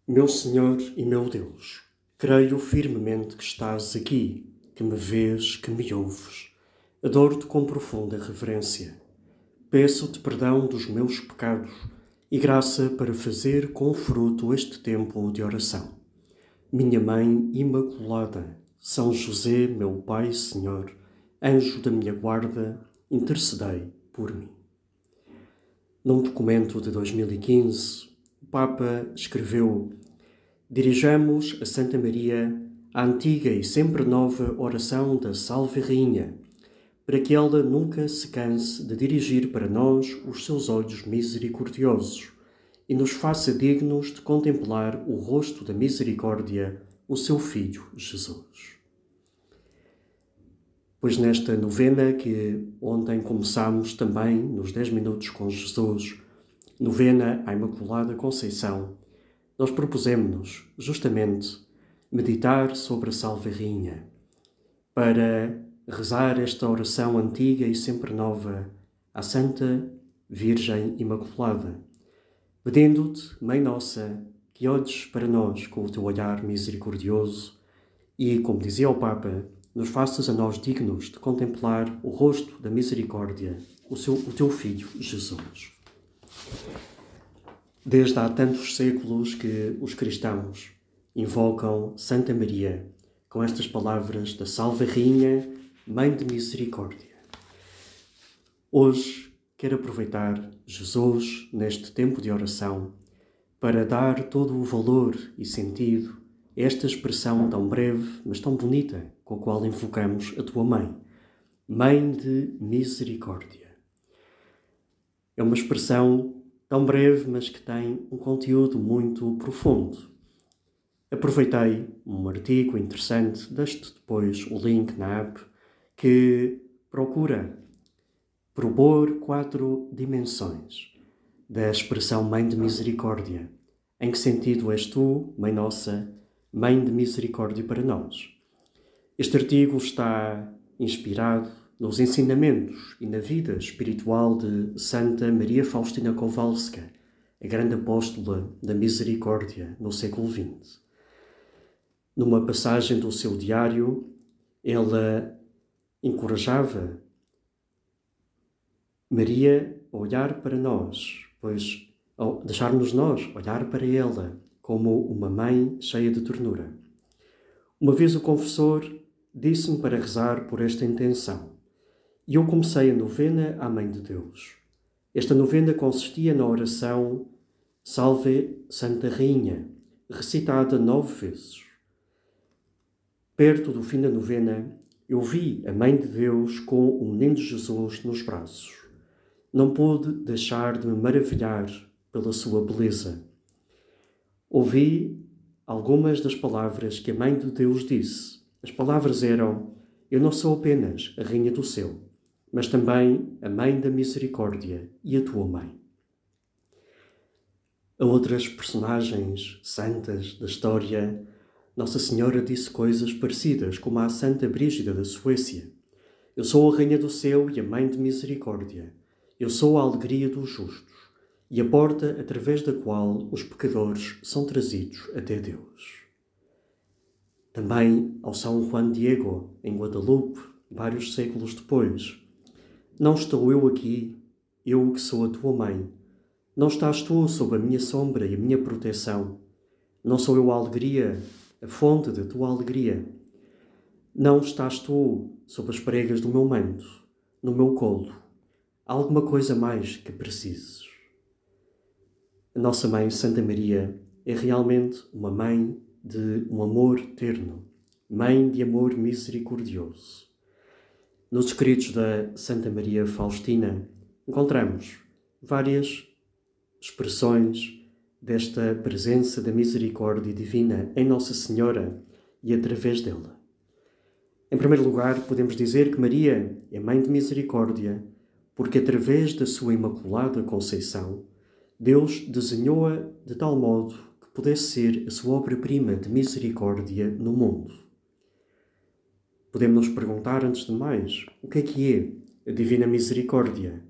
Meu Senhor e meu Deus, creio firmemente que estás aqui, que me vês, que me ouves. Adoro-te com profunda reverência. Peço-te perdão dos meus pecados e graça para fazer com fruto este tempo de oração. Minha Mãe Imaculada, São José, meu Pai, Senhor, anjo da minha guarda, intercedei por mim. Num documento de 2015, o Papa escreveu: dirijamos a Santa Maria a antiga e sempre nova oração da Salve Rainha, para que ela nunca se canse de dirigir para nós os seus olhos misericordiosos e nos faça dignos de contemplar o rosto da misericórdia, o seu Filho Jesus. Pois nesta novena que ontem começámos também nos 10 minutos com Jesus, novena à Imaculada Conceição, nós propusemos-nos justamente meditar sobre a Salve Rainha, para rezar esta oração antiga e sempre nova à Santa Virgem Imaculada, pedindo-te, Mãe Nossa, que olhes para nós com o teu olhar misericordioso e, como dizia o Papa, nos faças a nós dignos de contemplar o rosto da misericórdia, o teu Filho Jesus. Desde há tantos séculos que os cristãos invocam Santa Maria com estas palavras da Salve Rainha, Mãe de Misericórdia. Hoje quero aproveitar Jesus neste tempo de oração para dar todo o valor e sentido a esta expressão tão breve, mas tão bonita, com a qual invocamos a tua Mãe, Mãe de Misericórdia. É uma expressão tão breve, mas que tem um conteúdo muito profundo. Aproveitei um artigo interessante, deixo-te depois o link na app, que procura propor 4 dimensões da expressão Mãe de Misericórdia. Em que sentido és tu, Mãe Nossa, Mãe de Misericórdia para nós? Este artigo está inspirado nos ensinamentos e na vida espiritual de Santa Maria Faustina Kowalska, a grande apóstola da Misericórdia no século XX. Numa passagem do seu diário, ela encorajava Maria a olhar para nós, pois ao deixar-nos nós olhar para ela como uma mãe cheia de ternura. Uma vez o confessor disse-me para rezar por esta intenção, e eu comecei a novena à Mãe de Deus. Esta novena consistia na oração Salve Santa Rainha, recitada 9 vezes. Perto do fim da novena, eu vi a Mãe de Deus com o menino Jesus nos braços. Não pude deixar de me maravilhar pela sua beleza. Ouvi algumas das palavras que a Mãe de Deus disse. As palavras eram: eu não sou apenas a Rainha do Céu, mas também a Mãe da Misericórdia e a tua Mãe. A outras personagens santas da história, Nossa Senhora disse coisas parecidas, como a Santa Brígida da Suécia. Eu sou a Rainha do Céu e a Mãe de Misericórdia. Eu sou a alegria dos justos e a porta através da qual os pecadores são trazidos até Deus. Também ao São Juan Diego, em Guadalupe, vários séculos depois. Não estou eu aqui, eu que sou a tua mãe. Não estás tu sob a minha sombra e a minha proteção. Não sou eu a alegria, a fonte da tua alegria. Não estás tu sob as pregas do meu manto, no meu colo. Há alguma coisa mais que precises. A nossa Mãe, Santa Maria, é realmente uma mãe de um amor terno, mãe de amor misericordioso. Nos escritos da Santa Maria Faustina, encontramos várias expressões desta presença da misericórdia divina em Nossa Senhora e através dela. Em primeiro lugar, podemos dizer que Maria é Mãe de Misericórdia, porque através da sua Imaculada Conceição, Deus desenhou-a de tal modo que pudesse ser a sua obra-prima de misericórdia no mundo. Podemos nos perguntar, antes de mais, o que é a Divina Misericórdia?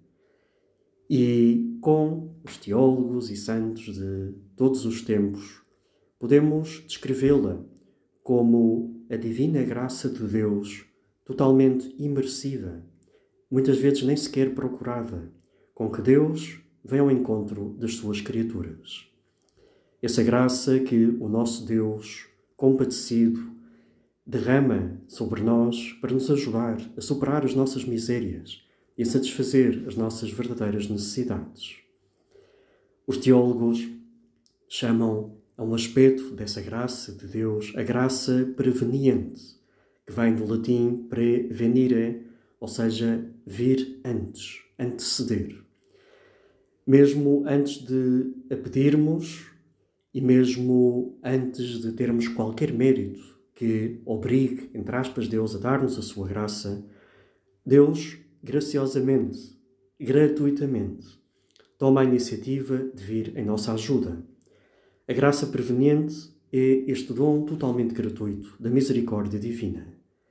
E com os teólogos e santos de todos os tempos, Podemos descrevê-la como a divina graça de Deus, totalmente imersiva, muitas vezes nem sequer procurada, com que Deus vem ao encontro das suas criaturas. Essa graça que o nosso Deus, compadecido, derrama sobre nós para nos ajudar a superar as nossas misérias e a satisfazer as nossas verdadeiras necessidades. Os teólogos chamam a um aspecto dessa graça de Deus a graça preveniente, que vem do latim prevenire, ou seja, vir antes, anteceder. Mesmo antes de a pedirmos e mesmo antes de termos qualquer mérito que obrigue, entre aspas, Deus a dar-nos a sua graça, Deus, graciosamente, gratuitamente, toma a iniciativa de vir em nossa ajuda. A graça preveniente é este dom totalmente gratuito da misericórdia divina.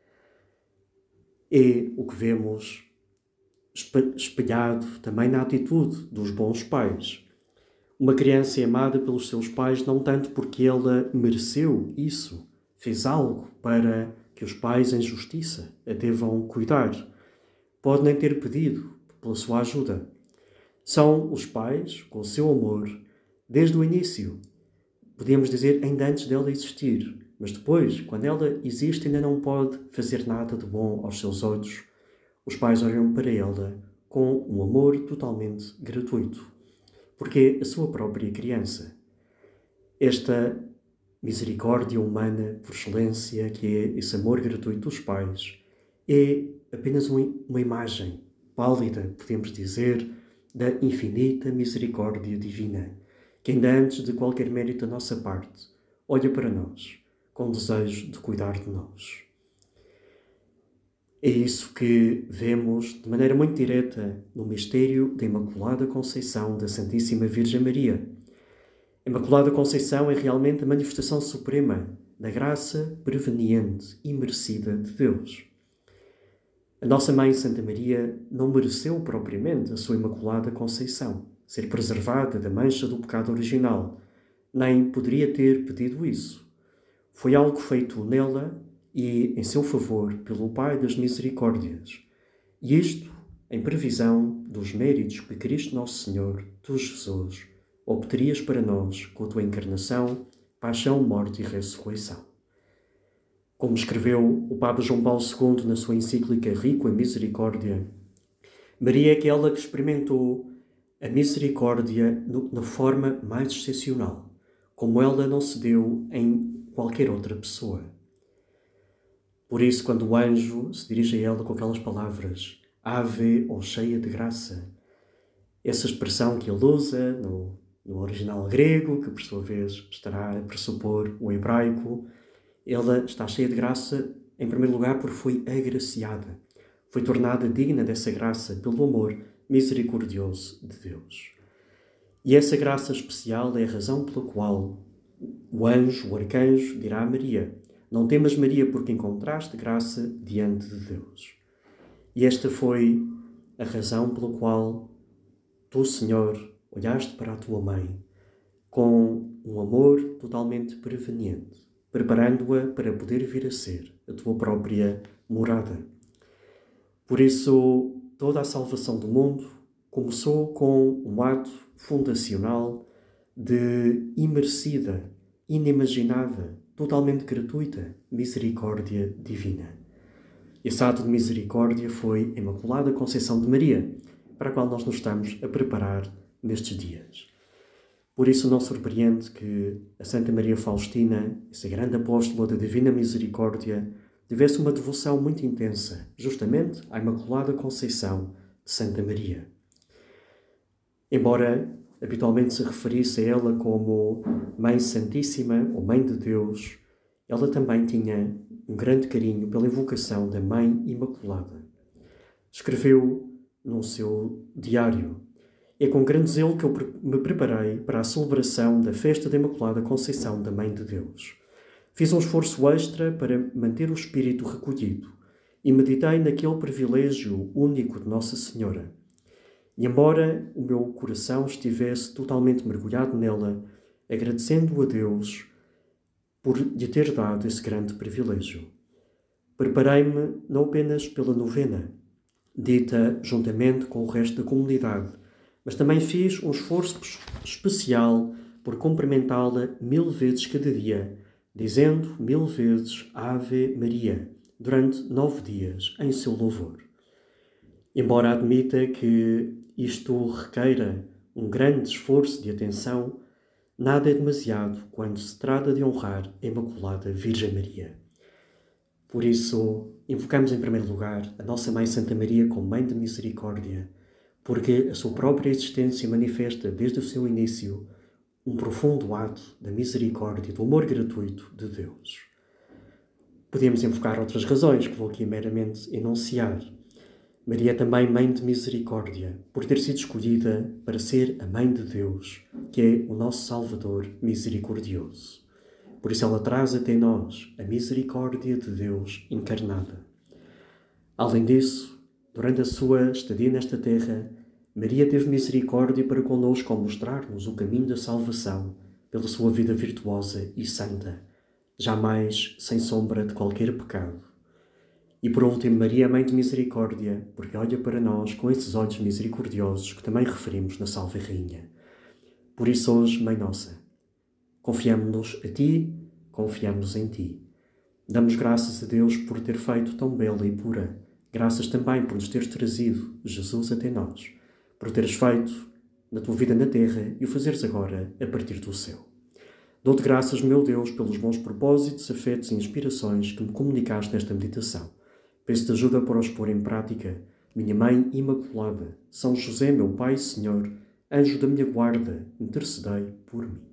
É o que vemos espelhado também na atitude dos bons pais. Uma criança é amada pelos seus pais não tanto porque ela mereceu isso, fez algo para que os pais em justiça a devam cuidar. Pode nem ter pedido pela sua ajuda. São os pais, com o seu amor, desde o início. Podíamos dizer ainda antes dela existir, mas depois, quando ela existe, ainda não pode fazer nada de bom aos seus olhos. Os pais olham para ela com um amor totalmente gratuito, porque é a sua própria criança. Esta misericórdia humana por excelência, que é esse amor gratuito dos pais, é apenas uma imagem pálida, podemos dizer, da infinita misericórdia divina, que ainda antes de qualquer mérito da nossa parte, olha para nós com desejo de cuidar de nós. É isso que vemos de maneira muito direta no mistério da Imaculada Conceição da Santíssima Virgem Maria. A Imaculada Conceição é realmente a manifestação suprema da graça preveniente e merecida de Deus. A nossa Mãe Santa Maria não mereceu propriamente a sua Imaculada Conceição, ser preservada da mancha do pecado original, nem poderia ter pedido isso. Foi algo feito nela e em seu favor pelo Pai das Misericórdias, e isto em previsão dos méritos que Cristo Nosso Senhor, tu Jesus, obterias para nós com a tua encarnação, paixão, morte e ressurreição. Como escreveu o Papa João Paulo II na sua encíclica Rico em Misericórdia, Maria é aquela que experimentou a misericórdia na forma mais excepcional, como ela não se deu em qualquer outra pessoa. Por isso, quando o anjo se dirige a ela com aquelas palavras, Ave, ou cheia de graça, essa expressão que ele usa no original grego, que por sua vez estará a pressupor o hebraico, ela está cheia de graça, em primeiro lugar, porque foi agraciada, foi tornada digna dessa graça pelo amor misericordioso de Deus. E essa graça especial é a razão pela qual o anjo, o arcanjo, dirá a Maria: não temas, Maria, porque encontraste graça diante de Deus. E esta foi a razão pela qual tu, Senhor, olhaste para a tua mãe com um amor totalmente preveniente, preparando-a para poder vir a ser a tua própria morada. Por isso, toda a salvação do mundo começou com um ato fundacional de imerecida, inimaginada, totalmente gratuita misericórdia divina. Esse ato de misericórdia foi a Imaculada Conceição de Maria, para a qual nós nos estamos a preparar nestes dias. Por isso não surpreende que a Santa Maria Faustina, essa grande apóstola da Divina Misericórdia, tivesse uma devoção muito intensa, justamente à Imaculada Conceição de Santa Maria. Embora habitualmente se referisse a ela como Mãe Santíssima ou Mãe de Deus, ela também tinha um grande carinho pela invocação da Mãe Imaculada. Escreveu no seu diário: é com grande zelo que eu me preparei para a celebração da festa da Imaculada Conceição da Mãe de Deus. Fiz um esforço extra para manter o espírito recolhido e meditei naquele privilégio único de Nossa Senhora. E embora o meu coração estivesse totalmente mergulhado nela, agradecendo a Deus por lhe ter dado esse grande privilégio. Preparei-me não apenas pela novena, dita juntamente com o resto da comunidade, mas também fiz um esforço especial por cumprimentá-la 1000 vezes cada dia, dizendo 1000 vezes Ave Maria, durante 9 dias, em seu louvor. Embora admita que isto requeira um grande esforço de atenção, nada é demasiado quando se trata de honrar a Imaculada Virgem Maria. Por isso, invocamos em primeiro lugar a nossa Mãe Santa Maria como Mãe de Misericórdia, porque a sua própria existência manifesta desde o seu início um profundo ato da misericórdia, do amor gratuito de Deus. Podemos invocar outras razões que vou aqui meramente enunciar. Maria é também Mãe de Misericórdia, por ter sido escolhida para ser a Mãe de Deus, que é o nosso Salvador misericordioso. Por isso ela traz até nós a misericórdia de Deus encarnada. Além disso, durante a sua estadia nesta terra, Maria teve misericórdia para connosco ao mostrar-nos o caminho da salvação pela sua vida virtuosa e santa, jamais sem sombra de qualquer pecado. E por último, Maria é Mãe de Misericórdia, porque olha para nós com esses olhos misericordiosos que também referimos na Salve Rainha. Por isso hoje, Mãe Nossa, confiamo-nos a Ti, confiamos em Ti. Damos graças a Deus por ter feito tão bela e pura. Graças também por nos teres trazido Jesus até nós, por teres feito na Tua vida na terra e o fazeres agora a partir do céu. Dou-te graças, meu Deus, pelos bons propósitos, afetos e inspirações que me comunicaste nesta meditação. Peço-te ajuda para os pôr em prática. Minha Mãe Imaculada, São José, meu Pai e Senhor, anjo da minha guarda, intercedei por mim.